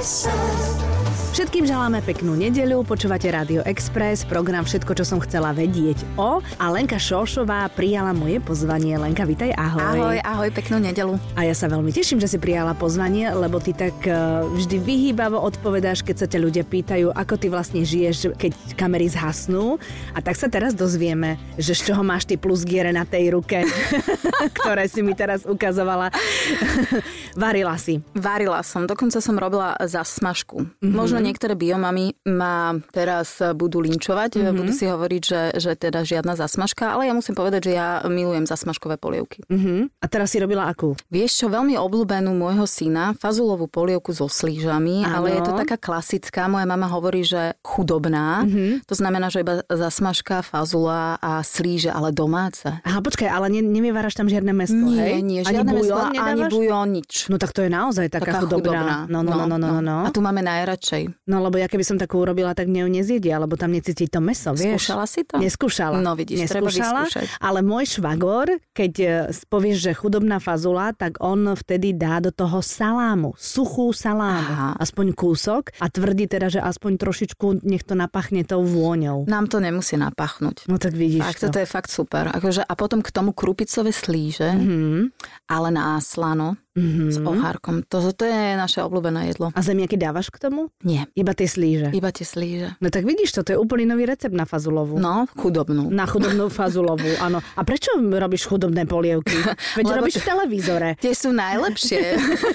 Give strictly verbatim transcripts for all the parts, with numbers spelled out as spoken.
Všetkým želáme peknú nedeľu, počúvate Rádio Express, program Všetko, čo som chcela vedieť o. A Lenka Šošová prijala moje pozvanie. Lenka, vitaj, ahoj. Ahoj, ahoj, peknú nedeľu. A ja sa veľmi teším, že si prijala pozvanie, lebo ty tak uh, vždy vyhýbavo odpovedáš, keď sa ťa ľudia pýtajú, ako ty vlastne žiješ, keď kamery zhasnú. A tak sa teraz dozvieme, že z čoho máš ty plusgiere na tej ruke, ktoré si mi teraz ukazovala. Varila si. Varila som, dokonca som robila zasmažku. Mm-hmm. Možno niektoré biomamy ma teraz budú linčovať, mm-hmm. budú si hovoriť, že, že teda žiadna zasmažka, ale ja musím povedať, že ja milujem zasmažkové polievky. Mm-hmm. A teraz si robila akú? Vieš čo, veľmi obľúbenú môjho syna, fazulovú polievku so slížami, Áno. ale je to taká klasická. Moja mama hovorí, že chudobná. Mm-hmm. To znamená, že iba zasmažka, fazula a slíže, ale domáce. Aha, počkaj, ale ne, nevyváraš tam žiadne mäsko, nie, hej? Nie, ani žiadne bujón mäsko, ani bujón, nič. No tak to je naozaj taká, taká chudobná. chudobná. No, no, no, no, no, no, no. A tu máme najradšej. No, lebo ja keby som takú urobila, tak mňa ju nezjedia, lebo tam necíti to mäso, vieš. Skúšala si to? Neskúšala. No vidíš, Neskúšala, treba vyskúšať. Ale môj švagor, keď povieš, že chudobná fazula, tak on vtedy dá do toho salámu, suchú salámu. Aha. Aspoň kúsok a tvrdí teda, že aspoň trošičku nech to napachne tou vôňou. Nám to nemusí napachnúť. No tak vidíš fakt, to. To je fakt super. Akože, a potom k tomu krupicové slíže, mm-hmm. ale na slano. Mm-hmm. S ohárkom. To, to je naše obľúbené jedlo. A zemiaky dávaš k tomu? Nie. Iba tie slíže? Iba tie slíže. No tak vidíš, to je úplný nový recept na fazulovú. No, chudobnú. Na chudobnú fazulovú, áno. A prečo robíš chudobné polievky? Veď robíš v televízore. Tie sú najlepšie.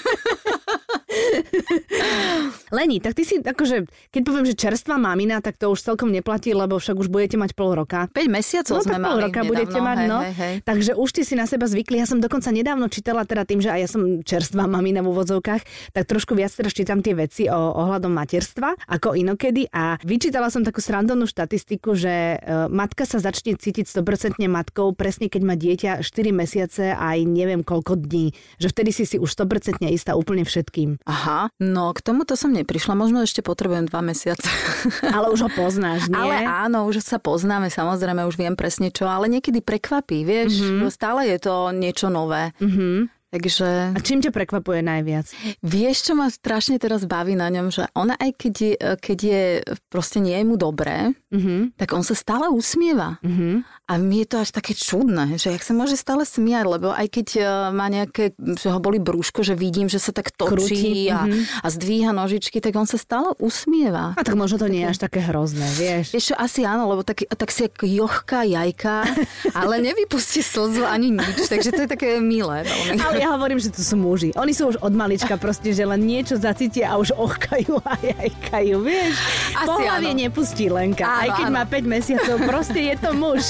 Leni, tak ty si, akože, keď poviem, že čerstvá mamina, tak to už celkom neplatí, lebo však už budete mať pol roka. päť mesiacov no, sme mali. No pol roka nedávno, budete mať, hej, no. Hej, hej. Takže už ty si na seba zvykli. Ja som dokonca nedávno čítala teda tým, že aj ja som čerstvá mamina v úvodzovkách, tak trošku viac teraz čítam tie veci o ohľadom materstva, ako inokedy. A vyčítala som takú srandovnú štatistiku, že uh, matka sa začne cítiť sto percent matkou presne keď má dieťa štyri mesiace aj neviem koľko dní. Že vtedy si si už sto percent istá úplne všetkým. Aha, no k tomuto som neprišla. Možno ešte potrebujem dva mesiace. Ale už ho poznáš, nie? Ale áno, už sa poznáme, samozrejme, už viem presne čo, ale niekedy prekvapí, vieš, mm-hmm. stále je to niečo nové. Mhm. Takže... A čím ťa prekvapuje najviac? Vieš, čo ma strašne teraz baví na ňom, že ona aj keď je, keď je proste nie je mu dobré, mm-hmm. tak on sa stále usmieva. Mm-hmm. A mi je to až také čudné, že jak sa môže stále smiať, lebo aj keď má nejaké, že ho boli brúško, že vidím, že sa tak točí a, mm-hmm. a zdvíha nožičky, tak on sa stále usmieva. A tak možno to také... nie je až také hrozné, vieš? Vieš čo, asi áno, lebo tak, tak si ako jochká jajka, ale nevypustí slzu ani nič, takže to je také milé. Veľmi. Ale ja hovorím, že to sú muži. Oni sú už od malička proste, že len niečo zacítia a už ochkajú a jajkajú, vieš? Pohlavie nepustí Lenka. Áno, aj keď áno. má päť mesiacov, proste je to muž.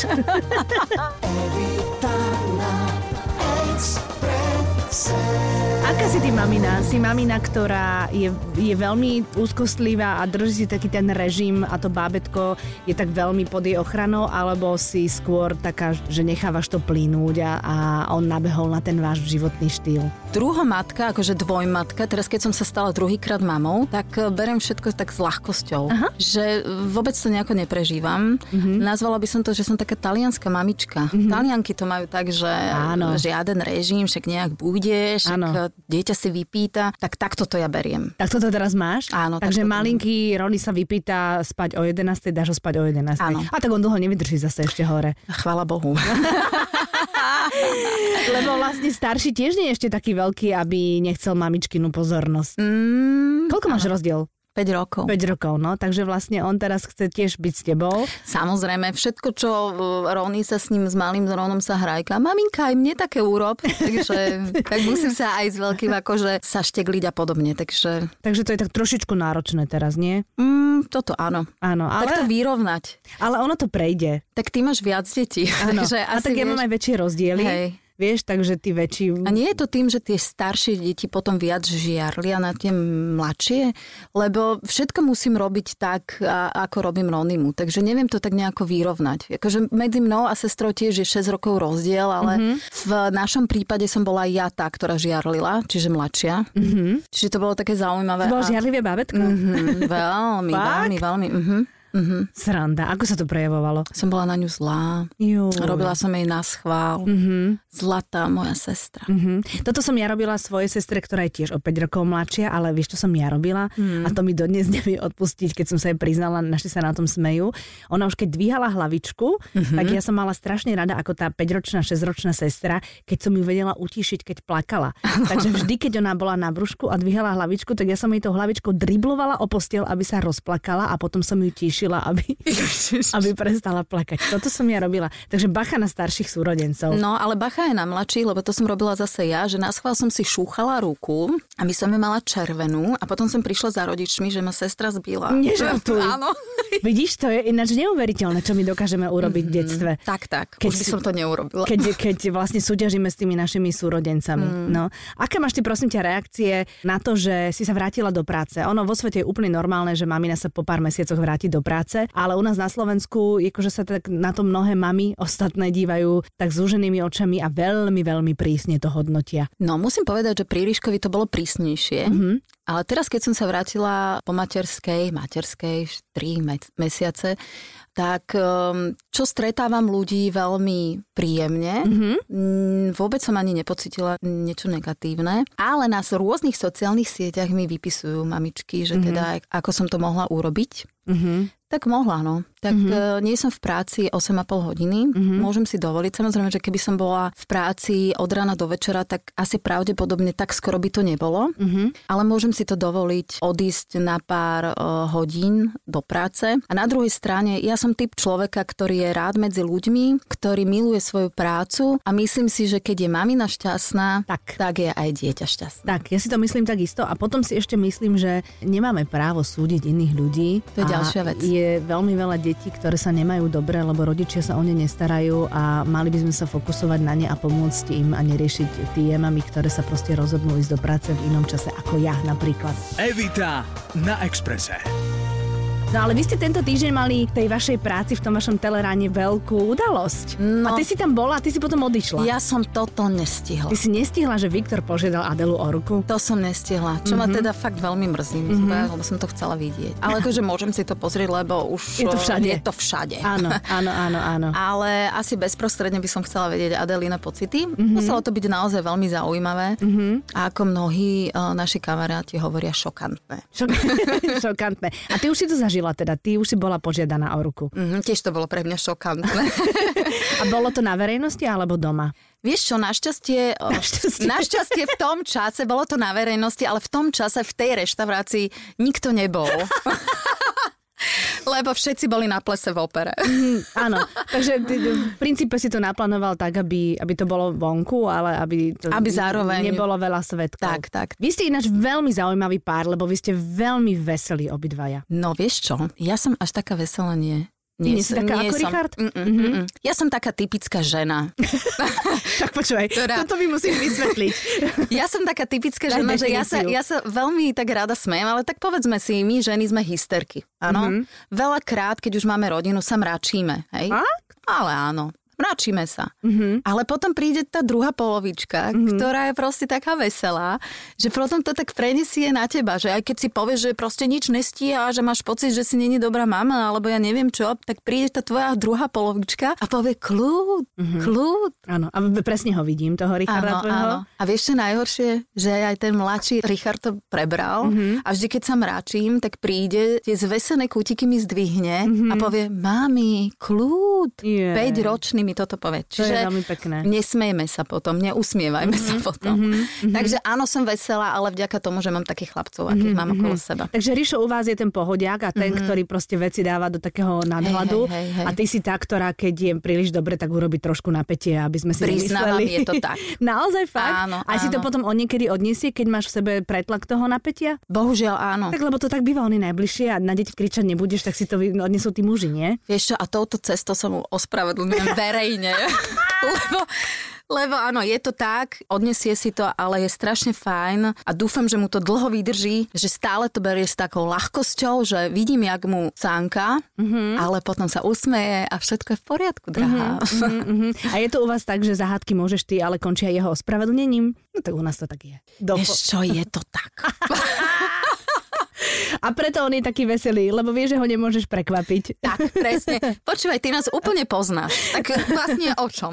Aká si ty mamina? Si mamina, ktorá je, je veľmi úzkostlivá a drží si taký ten režim a to bábätko je tak veľmi pod jej ochranou, alebo si skôr taká, že nechávaš to plynúť a, a on nabehol na ten váš životný štýl? Druhomatka, akože dvojmatka, teraz keď som sa stala druhýkrát mamou, tak berem všetko tak s ľahkosťou. Aha. Že vôbec to nejako neprežívam. Mm-hmm. Nazvala by som to, že som taká talianská mamička. Mm-hmm. Talianky to majú tak, že áno. žiaden režim, však nejak budeš, však dieťa si vypýta, tak takto to ja beriem. Tak toto teraz máš? Áno. Takže malinký Roni sa vypýta spať o jedenástej, dáš ho spať o jedenástej. Áno. A tak on dlho nevydrží zase ešte hore. Chvála Bohu. Lebo vlastne starší tiež nie je ešte taký veľký, aby nechcel mamičkinu pozornosť. Mm, Koľko máš rozdiel? päť rokov. päť rokov, no. Takže vlastne on teraz chce tiež byť s tebou. Samozrejme, všetko, čo Roni sa s ním, s malým Ronom sa hrajka. Maminka, aj mne také urob. Takže tak musím sa aj s veľkým akože sa štekliť a podobne. Takže... takže to je tak trošičku náročné teraz, nie? Mm, toto áno. Áno, ale... Tak to vyrovnať. Ale ono to prejde. Tak ty máš viac detí. Áno. Takže a tak vieš... ja mám aj väčšie rozdiely. Hej. Vieš, takže tí väčší... A nie je to tým, že tie staršie deti potom viac žiarlia na tie mladšie? Lebo všetko musím robiť tak, a, ako robím Ronimu. Takže neviem to tak nejako vyrovnať. Akože medzi mnou a sestrou tiež je šesť rokov rozdiel, ale mm-hmm. v našom prípade som bola ja tá, ktorá žiarlila, čiže mladšia. Mm-hmm. Čiže to bolo také zaujímavé. To bolo žiarlivé bábätko? Mm-hmm, veľmi, veľmi, veľmi. Mm-hmm. Mm-hmm. Sranda. Ako sa to prejavovalo? Som bola na ňu zlá. Juj. Robila som jej na schvál. Mm-hmm. Zlatá moja sestra. Mm-hmm. Toto som ja robila svojej sestre, ktorá je tiež o päť rokov mladšia, ale vieš, čo som ja robila? Mm. A to mi dodnes nevie odpustiť, keď som sa jej priznala, naši sa na tom smejú. Ona už keď dvíhala hlavičku, mm-hmm. tak ja som mala strašne rada, ako tá päťročná, šesťročná sestra, keď som ju vedela utíšiť, keď plakala. Takže vždy, keď ona bola na brúšku a dvíhala hlavičku, tak ja som jej tou hlavičkou driblovala o posteľ, aby sa rozplakala a potom som ju tíšila, aby, aby prestala plakať. Toto som ja robila. Takže bacha na starších súrodencov. No, ale bacha aj na mladších, lebo to som robila zase ja, že na schvál som si šúchala ruku a my som ju mala červenú a potom som prišla za rodičmi, že ma sestra zbila. Nežartuj. Áno. Vidíš, to je ináč neuveriteľné, čo my dokážeme urobiť mm-hmm. v detstve. Tak, tak. Keď už by som to neurobila. Keď, keď vlastne súťažíme s tými našimi súrodencami. Mm. No. Aké máš ty, prosím ťa, reakcie na to, že si sa vrátila do práce? Ono vo svete je úplne normálne, že mamina sa po pár mesiacoch vráti do práce, ale u nás na Slovensku, akože sa tak na to mnohé mamy ostatné dívajú tak zúženými očami a veľmi, veľmi prísne to hodnotia. No, musím povedať, že pri Ríškovi to bolo prísnejšie. Mm-hmm. Ale teraz, keď som sa vrátila po materskej, materskej tri mesiace, tak čo stretávam ľudí veľmi príjemne. Mm-hmm. Vôbec som ani nepocítila niečo negatívne. Ale na rôznych sociálnych sieťach mi vypisujú mamičky, že mm-hmm. teda ako som to mohla urobiť. Mm-hmm. Tak mohla, no. Tak mm-hmm. nie som v práci osem a pol hodiny. Mm-hmm. Môžem si dovoliť. Samozrejme, že keby som bola v práci od rána do večera, tak asi pravdepodobne tak skoro by to nebolo. Mm-hmm. Ale môžem si to dovoliť odísť na pár uh, hodín do práce. A na druhej strane, ja som typ človeka, ktorý je rád medzi ľuďmi, ktorý miluje svoju prácu a myslím si, že keď je mamina šťastná, tak, tak je aj dieťa šťastné. Tak, ja si to myslím takisto a potom si ešte myslím, že nemáme právo súdiť iných ľudí. To je ďalšia vec. Je veľmi veľa detí, ktoré sa nemajú dobre, lebo rodičia sa o ne nestarajú a mali by sme sa fokusovať na ne a pomôcť im a neriešiť tie mami, ktoré sa proste rozhodnú ísť do práce v inom čase ako ja napríklad. Evita na Expresse. No ale vy ste tento týždeň mali v tej vašej práci, v tom vašom teleráne veľkú udalosť. No, a ty si tam bola a ty si potom odišla. Ja som toto nestihla. Ty si nestihla, že Viktor požiadal Adelu o ruku? To som nestihla, čo mm-hmm. ma teda fakt veľmi mrzí, mm-hmm. lebo som to chcela vidieť. Ale akože môžem si to pozrieť, lebo už je to všade. Je to všade. Áno, áno, áno, áno. Ale asi bezprostredne by som chcela vedieť Adelina pocity. Mm-hmm. Muselo to byť naozaj veľmi zaujímavé. Mm-hmm. A ako mnohí uh, naši kamaráti hovoria, šokantné. Šok- šokantné. A ty už si to zažila teda, ty už si bola požiadaná o ruku. Mm-hmm, tiež to bolo pre mňa šokantné. A bolo to na verejnosti alebo doma? Vieš čo, našťastie, našťastie. našťastie v tom čase, bolo to na verejnosti, ale v tom čase v tej reštaurácii nikto nebol. Lebo všetci boli na plese v opere. Mm, áno, takže v princípe si to naplánoval tak, aby, aby to bolo vonku, ale aby to aby zároveň nebolo veľa svetkov. Tak, tak. Vy ste ináč veľmi zaujímavý pár, lebo vy ste veľmi veselí obidvaja. No vieš čo, ja som až taká veselá nie. Nie, nie si taká nie ako som. Richard? Mm, mm, mm, mm. Ja som taká typická žena. Tak počúvaj, ktorá... toto mi musíš vysvetliť. Ja som taká typická žena, že ja sa, ja sa veľmi tak rada smejem, ale tak povedzme si, my ženy sme hysterky. Áno? Mm-hmm. Veľakrát, keď už máme rodinu, sa mračíme. Hej? A? Ale áno. Mračíme sa. Mm-hmm. Ale potom príde tá druhá polovička, mm-hmm. ktorá je proste taká veselá, že potom to tak prenesie na teba, že aj keď si povieš, že proste nič nestíha a že máš pocit, že si není dobrá mama, alebo ja neviem čo, tak príde tá tvoja druhá polovička a povie kľud, mm-hmm. kľud. Áno, a presne ho vidím, toho Richarda. Áno, áno. A vieš čo najhoršie? Že aj ten mladší Richard to prebral mm-hmm. a vždy, keď sa mračím, tak príde, tie zvesené kútiky mi zdvihne mm-hmm. a povie, mami, kľud, yeah. päťročný mi toto povie. Čiže to je veľmi pekné. Nesmejme sa potom, neusmievajme mm-hmm, sa potom. Mm-hmm, Takže áno, som veselá, ale vďaka tomu, že mám takých chlapcov, akých mm-hmm, mám okolo seba. Takže Rišo, u vás je ten pohodiak a ten, mm-hmm. ktorý proste veci dáva do takého nadhľadu. Hej, hej, hej, hej. A ty si tá, ktorá keď je príliš dobre, tak urobí trošku napätie, aby sme si Priznávam, nemysleli. je to tak. Naozaj fakt? Áno, a si to potom niekedy odniesie, keď máš v sebe pretlak toho napätia? Bohužiaľ áno. Tak lebo to tak býva, oni najbližšie a na deti kričať nebudeš, tak si to odnesú tí muži, nie? Vieš čo, a touto cestou sa mu ospravedlňujem verejne. lebo, lebo áno, je to tak, odnesie si to, ale je strašne fajn a dúfam, že mu to dlho vydrží, že stále to berie s takou ľahkosťou, že vidím, jak mu cánka, mm-hmm. ale potom sa usmeje a všetko je v poriadku, drahá. Mm-hmm, mm-hmm. A je to u vás tak, že zahádky môžeš ty, ale končia jeho ospravedlnením? No tak u nás to tak je. Dopo... Vieš čo, je to tak. A preto on je taký veselý, lebo vie, že ho nemôžeš prekvapiť. Tak, presne. Počúvaj, ty nás úplne poznáš. Tak vlastne o čom?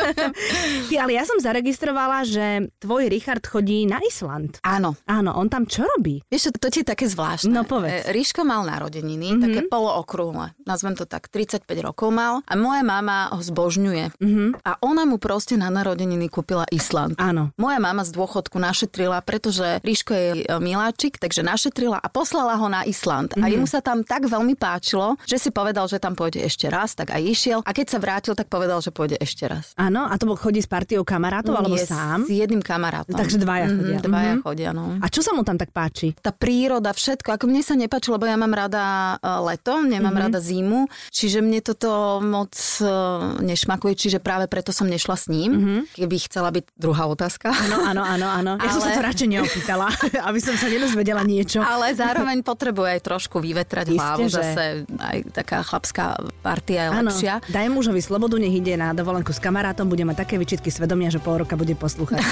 Ty, ale ja som zaregistrovala, že tvoj Richard chodí na Island. Áno. Áno, on tam čo robí? Vieš, to ti je také zvláštne. No povedz. Ríško mal narodeniny, mm-hmm. také polookrúhle. Nazvem to tak, tridsaťpäť rokov mal. A moja mama ho zbožňuje. Mm-hmm. A ona mu proste na narodeniny kúpila Island. Áno. Moja mama z dôchodku našetrila, pretože Ríško je miláčik, takže našetrila a poslala ho na Island. Mm-hmm. A jemu sa tam tak veľmi páčilo, že si povedal, že tam pôjde ešte raz, tak aj išiel. A keď sa vrátil, tak povedal, že pôjde ešte raz. Áno, a to bol chodí s partiou kamarátov alebo Nie, sám? S jedným kamarátom. Takže dvaja chodia. Mm-hmm, dvaja mm-hmm. chodia, no. A čo sa mu tam tak páči? Tá príroda, všetko. Ako mne sa nepáčilo, lebo ja mám rada leto, nemám mm-hmm. rada zimu, čiže mne toto moc nešmakuje, čiže práve preto som nešla s ním. Mm-hmm. Keby chcela byť druhá otázka. Áno, áno, áno, áno. Ja ale... som sa to radšej neopýtala, aby som sa nedozvedela niečo. Ale zároveň potrebuje aj trošku vyvetrať hlavu, že... zase aj taká chlapská partia je áno, lepšia. Daj mužovi slobodu, nech ide na dovolenku s kamarátom, bude mať také výčitky svedomia, že pol roka bude poslúchať.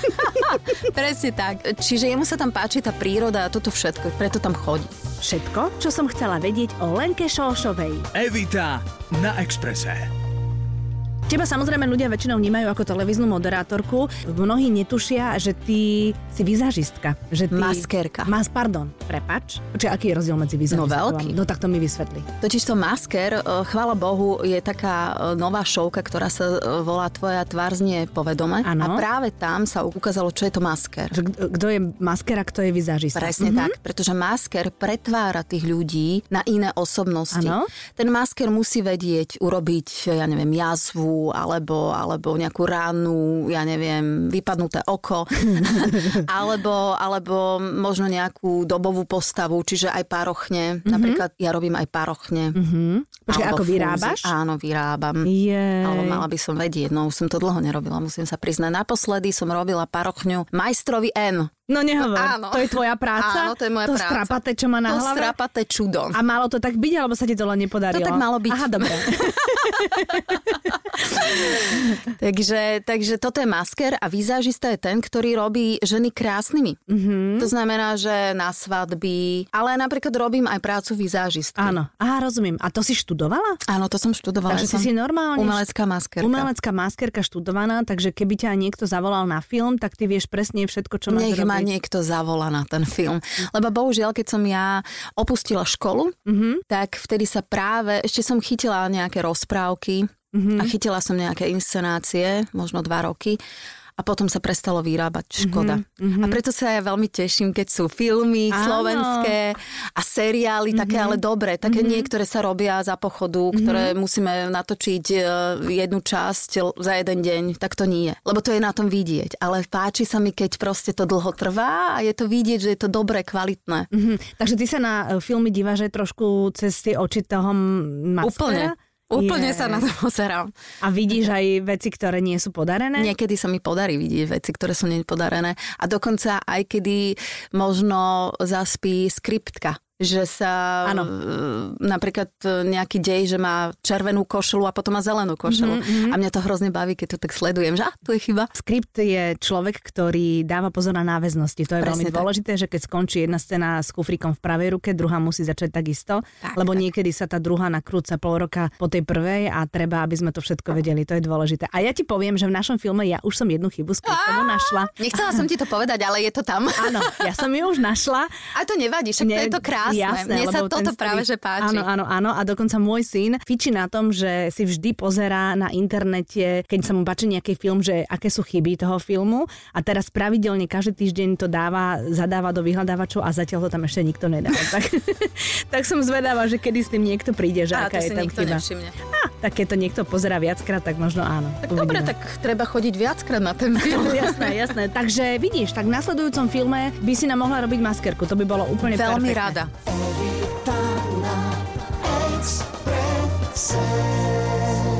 Presne tak. Čiže jemu sa tam páči tá príroda a toto všetko, preto tam chodí. Všetko, čo som chcela vedieť o Lenke Šošovej. Evita na Expresse. Teba samozrejme ľudia väčšinou vnímajú ako televíznu moderátorku. Mnohí netušia, že ty si vizážistka. Že ty... Maskérka. Mas, pardon, prepač. Čiže aký je rozdiel medzi vizážistkou? No veľký. No tak to mi vysvetli. Totiž to masker, chvála Bohu, je taká nová šovka, ktorá sa volá Tvoja tvár znie povedome. Ano. A práve tam sa ukázalo, čo je to masker. Kto je masker a kto je vizážista. Presne mm-hmm. tak, pretože masker pretvára tých ľudí na iné osobnosti. Ano. Ten masker musí vedieť urobiť, ja neviem, jazvu, alebo, alebo nejakú ránu, ja neviem, vypadnuté oko, alebo, alebo možno nejakú dobovú postavu, čiže aj parochne. Mm-hmm. Napríklad ja robím aj parochne. Mm-hmm. Počkaj, ako vyrábaš? Fúzi. Áno, vyrábam. Jej. Ale mala by som vedieť, no už som to dlho nerobila, musím sa priznať. Naposledy som robila parochňu majstrovi N. No nehovor, áno. To je tvoja práca? Áno, to je moja to práca. To strapaté, čo má na to hlave? To strapaté čudo. A malo to tak byť, alebo sa ti to len nepodarilo? To tak malo byť. Aha, dobre. takže, takže toto je masker a vizážista je ten, ktorý robí ženy krásnymi. Mm-hmm. To znamená, že na svadby, ale napríklad robím aj prácu vizážistky. Áno, aha, rozumiem. A to si študovala? Áno, to som študovala. Takže som si si normálne... Umelecká maskerka. Umelecká maskerka študovaná, takže keby ťa niekto zavolal na film, tak ty vieš presne všetko, čo máš robiť. Nech ma niekto zavolá na ten film. Lebo bohužiaľ, keď som ja opustila školu, mm-hmm. tak vtedy sa práve, ešte som chytila nejaké rozprávky mm-hmm. a chytila som nejaké inscenácie, možno dva roky. A potom sa prestalo vyrábať, škoda. Mm-hmm. A preto sa ja veľmi teším, keď sú filmy áno. slovenské a seriály, mm-hmm. také ale dobré. Také mm-hmm. niektoré sa robia za pochodu, mm-hmm. ktoré musíme natočiť jednu časť za jeden deň. Tak to nie. Lebo to je na tom vidieť. Ale páči sa mi, keď proste to dlho trvá a je to vidieť, že je to dobré, kvalitné. Mm-hmm. Takže ty sa na filmy dívaš aj trošku cez tie oči toho maskera? Úplne. Úplne je. sa na to pozerám. A vidíš aj veci, ktoré nie sú podarené? Niekedy sa mi podarí vidieť veci, ktoré sú nepodarené. A dokonca aj kedy možno zaspí skriptka. Že sa ano. napríklad nejaký dej, že má červenú košelu a potom má zelenú košelu. Mm-hmm. A mňa to hrozne baví, keď to tak sledujem, že tu je chyba. Skript je človek, ktorý dáva pozor na náväznosti. To je Presne veľmi tak. dôležité, že keď skončí jedna scéna s kufríkom v pravej ruke, druhá musí začať takisto, tak, lebo tak. niekedy sa tá druhá nakrúca pol roka po tej prvej a treba, aby sme to všetko vedeli. To je dôležité. A ja ti poviem, že v našom filme ja už som jednu chybu skriptovu našla. Nechcela som ti to povedať, ale je to tam. Áno, ja som ju už našla. A to nevadí, však ne, to je to krásne. Jasné, mne sa toto práve že páči. Áno, áno, áno. A dokonca môj syn fičí na tom, že si vždy pozerá na internete, keď sa mu páči nejaký film, že aké sú chyby toho filmu. A teraz pravidelne každý týždeň to dáva, zadáva do vyhľadávačov a zatiaľ to tam ešte nikto nedáva. tak, tak som zvedáva, že kedy s tým niekto príde, že a, aká je tam chyba. Á, tak keď to niekto pozerá viackrát, tak možno áno. Tak dobre, tak treba chodiť viackrát na ten film. jasné, jasné. Takže vidíš, tak v nasledujúcom filme by si nám mohla robiť maskerku. To by bolo úplne veľmi perfektné. rada. Ako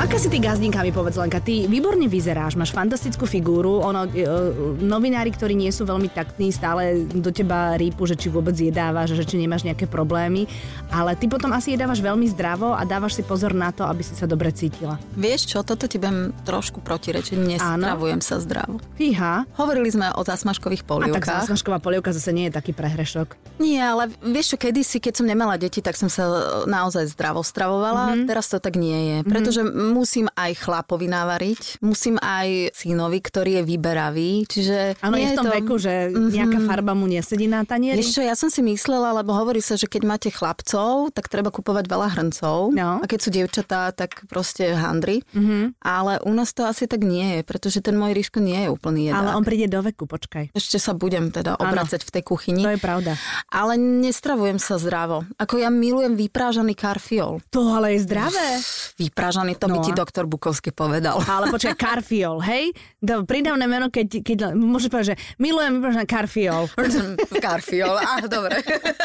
Aká si ty gazdinka, mi povedz Lenka, ty výborne vyzeráš, máš fantastickú figúru, ono, e, novinári, ktorí nie sú veľmi taktní, stále do teba rýpu, že či vôbec jedávaš, že či nemáš nejaké problémy, ale ty potom asi jedávaš veľmi zdravo a dávaš si pozor na to, aby si sa dobre cítila. Vieš čo, toto ti budem trošku protirečiť, nestravujem sa zdravo. Fíha. Hovorili sme o zasmažkových polievkách. A tak zasmažková polievka zase nie je taký prehrešok. Nie, ale vieš čo, kedysi, keď som nemala deti, tak som sa naozaj zdravo stravovala, mm-hmm. teraz to tak nie je, pretože mm-hmm. musím aj chlapovi navariť, musím aj synovi, ktorý je vyberavý, čiže... Áno, je v tom to... veku, že nejaká mm-hmm. farba mu nesedí na tanieri. Vieš čo, ja som si myslela, lebo hovorí sa, že keď máte chlapcov, tak treba kupovať veľa hrncov, no. A keď sú dievčatá, tak proste handry, mm-hmm. ale u nás to asi tak nie je, pretože ten môj Ríško nie je úplný jedák. Ale on príde do veku, počkaj. Ešte sa budem teda obracať v tej kuchyni. To je pravda. Ale nestravujem sa zdravo. Ako ja milujem vyprážaný karfiol. To ale je zdravé. Vyprážaný, to no. by ti doktor Bukovský povedal. Ale počkaj, karfiol, hej? To pridávne meno, keď, keď môžeš povedať, že milujem vyprážaný karfiol. Karfiol, á, dobre.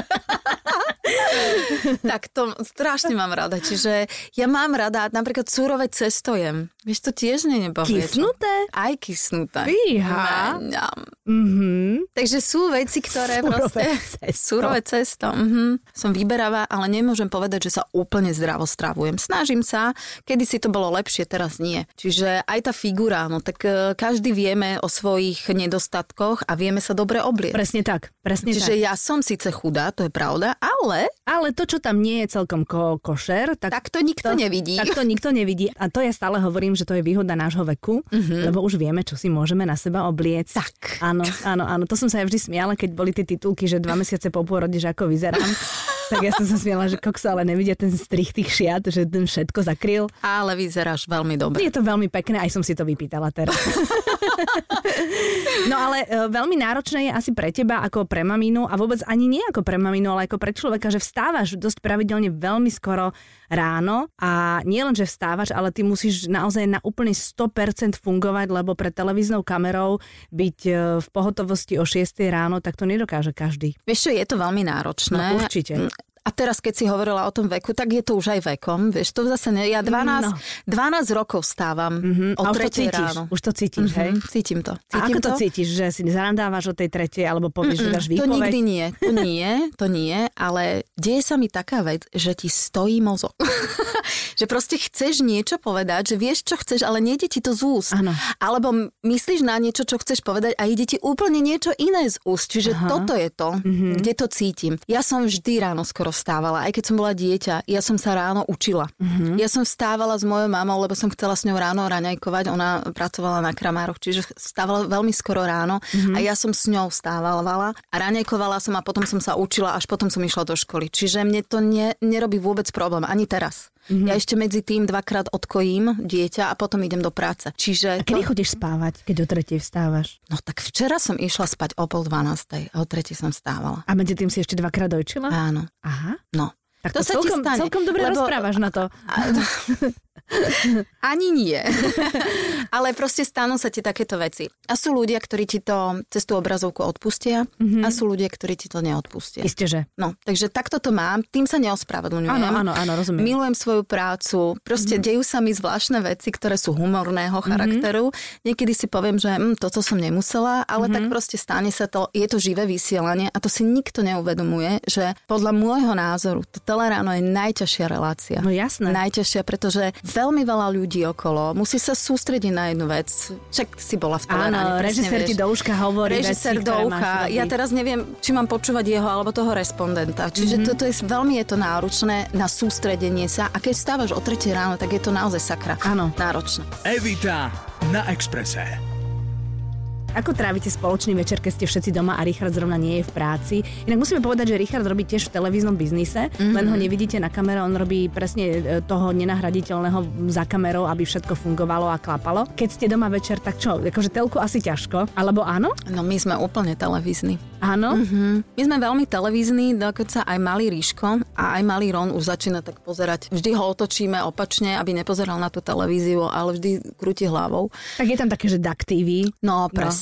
Tak to strašne mám rada. Čiže ja mám rada napríklad surové cesto jem. Vieš, to tiež nebaví. Kysnuté? Aj kysnuté. Fíha. Mm-hmm. Takže sú veci, ktoré surové proste... Cesto. Surové cesto. Mm-hmm. Som vyberavá, ale nemôžem povedať, že sa úplne zdravo stravujem. Snažím sa, kedysi to bolo lepšie, teraz nie. Čiže aj tá figura, no tak každý vieme o svojich nedostatkoch a vieme sa dobre obliecť. Presne tak. Presne Čiže tak. ja som síce chudá, to je pravda, ale... Ale to, čo tam nie je celkom ko- košer, tak... Tak to nikto to, nevidí. Tak to nikto nevidí. A to ja stále hovorím, že to je výhoda nášho veku, mm-hmm. lebo už vieme, čo si môžeme na seba obliecť. Tak. Áno, áno, áno. To som sa aj vždy smiala, keď boli tie titulky, že dva mesiace po pôrode, že ako vyzerám. Tak ja som sa smiala, že kokso, ale nevidia ten strih tých šiat, že ten všetko zakryl. Ale vyzeráš veľmi dobre. Je to veľmi pekné, aj som si to vypýtala teraz. No ale e, veľmi náročné je asi pre teba ako pre maminu a vôbec ani nie ako pre maminu, ale ako pre človeka, že vstávaš dosť pravidelne veľmi skoro ráno a nie len, že vstávaš, ale ty musíš naozaj na úplne sto percent fungovať, lebo pre televíznou kamerou byť e, v pohotovosti o šiestej ráno, tak to nedokáže každý. Vieš čo, je to veľmi náročné. No určite. A teraz, keď si hovorila o tom veku, tak je to už aj vekom. Vieš, to zase ne, ja dvanásť, no. dvanásť rokov stávam mm-hmm. o tretej ráno. Už to cítiš, mm-hmm. hej? Cítim to. A Cítim ako to, to cítiš, že si zarandávaš o tej tretej, alebo povieš, Mm-mm, že dáš výpoveď? To nikdy nie, to nie, to nie, ale deje sa mi taká vec, že ti stojí mozog. Že proste chceš niečo povedať, že vieš, čo chceš, ale nejde ti to z úst. Áno. Alebo myslíš na niečo, čo chceš povedať a ide ti úplne niečo iné z úst. Čiže Aha. toto je to, mm-hmm. kde to cítim. Ja som vždy ráno skoro vstávala, aj keď som bola dieťa, ja som sa ráno učila. Mm-hmm. Ja som vstávala s mojou mamou, lebo som chcela s ňou ráno raňajkovať, ona pracovala na kramároch, čiže vstávala veľmi skoro ráno mm-hmm. a ja som s ňou vstávala a raňajkovala som a potom som sa učila, až potom som išla do školy. Čiže mne to ne, nerobí vôbec problém, ani teraz. Mm-hmm. Ja ešte medzi tým dvakrát odkojím dieťa a potom idem do práce. Čiže a kedy to... chodíš spávať, keď o tretej vstávaš? No tak včera som išla spať o pol dvanástej a o tretej som vstávala. A medzi tým si ešte dvakrát dojčila? Áno. Aha. No. Tak to, to sa celkom, ti stane. Celkom dobre lebo... rozprávaš na to. Ani nie. Ale proste stanú sa ti takéto veci. A sú ľudia, ktorí ti to cez tú obrazovku odpustia mm-hmm. a sú ľudia, ktorí ti to neodpustia. Isteže. No, takže takto to mám. Tým sa neospravedlňujem. Áno, áno, áno, rozumiem. Milujem svoju prácu. Proste mm-hmm. dejú sa mi zvláštne veci, ktoré sú humorného charakteru. Mm-hmm. Niekedy si poviem, že hm, toto som nemusela, ale mm-hmm. tak proste stane sa to. Je to živé vysielanie a to si nikto neuvedomuje, že podľa môjho názoru to Teleráno je najťažšia relácia. No jasné. Najťažšia, pretože veľmi veľa ľudí okolo musí sa sústrediť na jednu vec. Však si bola v Teleráne. Áno, režisér ti do uška hovorí režisér veci, do ucha. Ja teraz neviem, či mám počúvať jeho alebo toho respondenta. Čiže mm-hmm. toto je veľmi je to náročné na sústredenie sa. A keď stávaš o tretej ráno, tak je to naozaj sakra. Áno. Náročné. Evita na Expresse. Ako trávite spoločný večer, keď ste všetci doma a Richard zrovna nie je v práci? Inak musíme povedať, že Richard robí tiež v televíznom biznise, mm-hmm. len ho nevidíte na kamere, on robí presne toho nenahraditeľného za kamerou, aby všetko fungovalo a klapalo. Keď ste doma večer, tak čo? Akože telku asi ťažko, alebo áno? No my sme úplne televízni. Áno? Mm-hmm. My sme veľmi televízni, dokonca aj malý Ríško a aj malý Ron už začína tak pozerať. Vždy ho otočíme opačne, aby nepozeral na tú televíziu, ale vždy krúti hlavou. Tak je tam také, že Duck té vé. No, presne.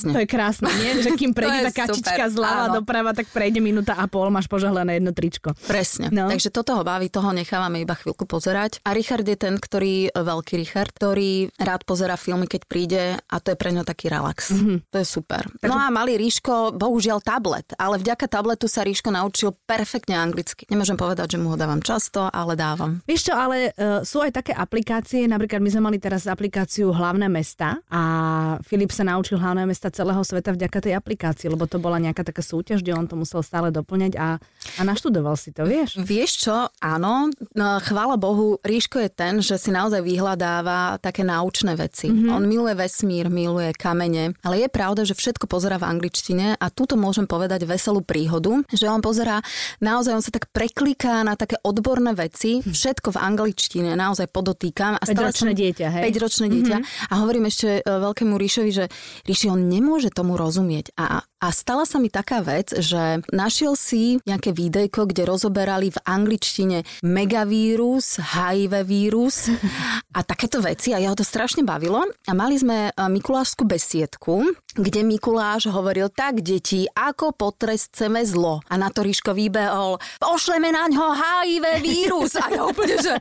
Presne. To je krásne, nie? Že kým prejde tá kačička zľava doprava, tak prejde minúta a pol, máš požehlené jedno tričko. Presne. No. Takže toto ho baví, toho nechávame iba chvíľku pozerať. A Richard je ten, ktorý, veľký Richard, ktorý rád pozerá filmy, keď príde a to je pre ňo taký relax. Mm-hmm. To je super. Takže... No a malý Ríško, bohužiaľ tablet, ale vďaka tabletu sa Ríško naučil perfektne anglicky. Nemôžem povedať, že mu ho dávam často, ale dávam. Vieš čo, ale uh, sú aj také aplikácie, napríklad my sme mali teraz aplikáciu Hlavné mesta a Filip sa naučil hlavné mesta celého sveta vďaka tej aplikácii, lebo to bola nejaká taká súťaž, kde on to musel stále doplňať a, a naštudoval si to, vieš? Vieš čo, áno, no, chvála Bohu, Ríško je ten, že si naozaj vyhľadáva také naučné veci. Mm-hmm. On miluje vesmír, miluje kamene, ale je pravda, že všetko pozerá v angličtine a tuto môžem povedať veselú príhodu, že on pozerá, naozaj on sa tak prekliká na také odborné veci, všetko v angličtine, naozaj podotýkam. päťročné dieťa, hej? päťročné dieťa. Mm-hmm. A hovorím ešte veľkému Ríšovi, že Ríši, on nemôže tomu rozumieť. A, a stala sa mi taká vec, že našiel si nejaké videjko, kde rozoberali v angličtine megavírus, há í vé vírus a takéto veci a jeho to strašne bavilo. A mali sme mikulášskú besiedku, kde Mikuláš hovoril, tak deti, ako potresceme zlo. A na to Ríško vybehol, pošleme na ňo há í vé vírus. A ja úplne, že...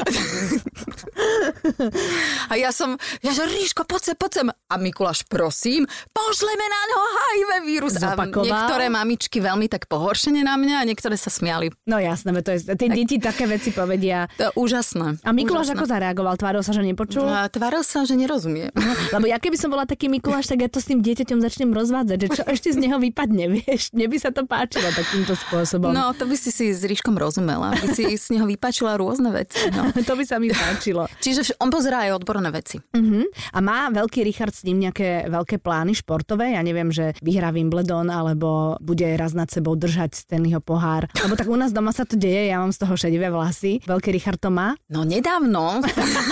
A ja som, ja že Ríško, poď sem, poď sem. A Mikuláš, prosím, pošleme na ňo há í vé vírus. Zopakoval. A niektoré mamičky veľmi tak pohoršene na mňa a niektoré sa smiali. No jasné, to je, tie deti také veci povedia. To je úžasné. A Mikuláš úžasné. Ako zareagoval? Tváril sa, že nepočul? A tváril sa, že nerozumie. Lebo ja keby som bola taký Mikuláš, tak ja to s tým dieťaťom začnem rozvádzať, že čo ešte z neho vypadne, vieš? Mne by sa to páčilo takýmto spôsobom. No, to by si si s Ríškom rozumela. By si z neho vypáčila rôzne veci. No. To by sa mi páčilo. Čiže on pozerá aj odborné veci. Uh-huh. A má veľký Richard s ním nejaké veľké plány športové? Ja neviem, že vyhrá Wimbledon, alebo bude raz nad sebou držať Stanleyho pohár. Lebo tak u nás doma sa to deje, ja mám z toho šedivé vlasy. Veľký Richard to má? No nedávno.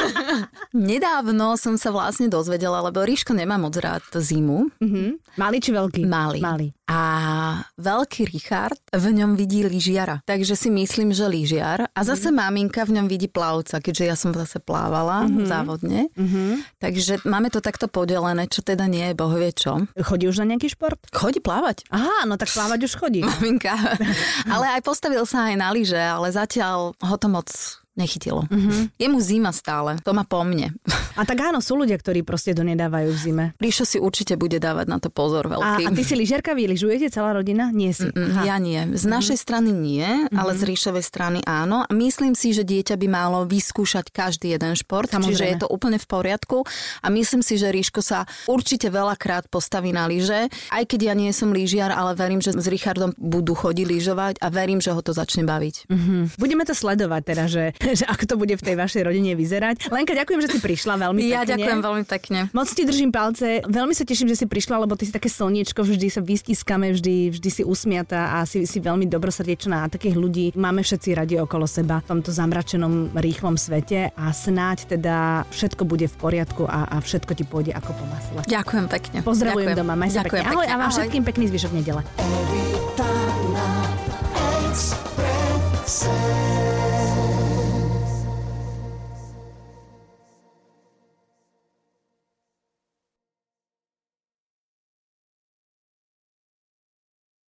Nedávno som sa vlastne dozvedela, lebo Ríško nemá moc rád zimu. Uh-huh. Malý či veľký? Malý. Malý. A veľký Richard v ňom vidí lyžiara. Takže si myslím, že lyžiar. A zase mm. maminka v ňom vidí plavca, keďže ja som zase plávala mm-hmm. závodne. Mm-hmm. Takže máme to takto podelené, čo teda nie je bohvie čo. Chodí už na nejaký šport? Chodí plávať. Aha, no tak plávať už chodí. Maminka. Ale aj postavil sa aj na lyže, ale zatiaľ ho to moc... nechytilo. Uh-huh. Je mu zima stále. To má po mne. A tak áno, sú ľudia, ktorí proste donedávajú v zime. Ríšo si určite bude dávať na to pozor veľký. A, a ty si lyžiarka, vy lyžujete celá rodina? Nie si. Mm-mm, ja nie. Z uh-huh. našej strany nie, ale z Ríšovej strany áno. A myslím si, že dieťa by malo vyskúšať každý jeden šport, samozrejme. Čiže je to úplne v poriadku. A myslím si, že Ríško sa určite veľakrát postaví na lyže. Aj keď ja nie som lyžiar, ale verím, že s Richardom budú chodiť lyžovať a verím, že ho to začne baviť. Uh-huh. Budeme to sledovať teda, že že ako to bude v tej vašej rodine vyzerať. Lenka, ďakujem, že si prišla veľmi pekne. Ja ďakujem veľmi pekne. Moc ti držím palce. Veľmi sa teším, že si prišla, lebo ty si také slniečko, vždy sa vystiskame, vždy, vždy si usmiata a si, si veľmi dobrosrdečná a takých ľudí máme všetci radi okolo seba v tomto zamračenom, rýchlom svete a snáď teda všetko bude v poriadku a, a všetko ti pôjde ako po masle. Ďakujem pekne. Pozdravujem ďakujem. doma. Maj sa pekne. Ahoj a vám všetkým pekný zvyšok nedele.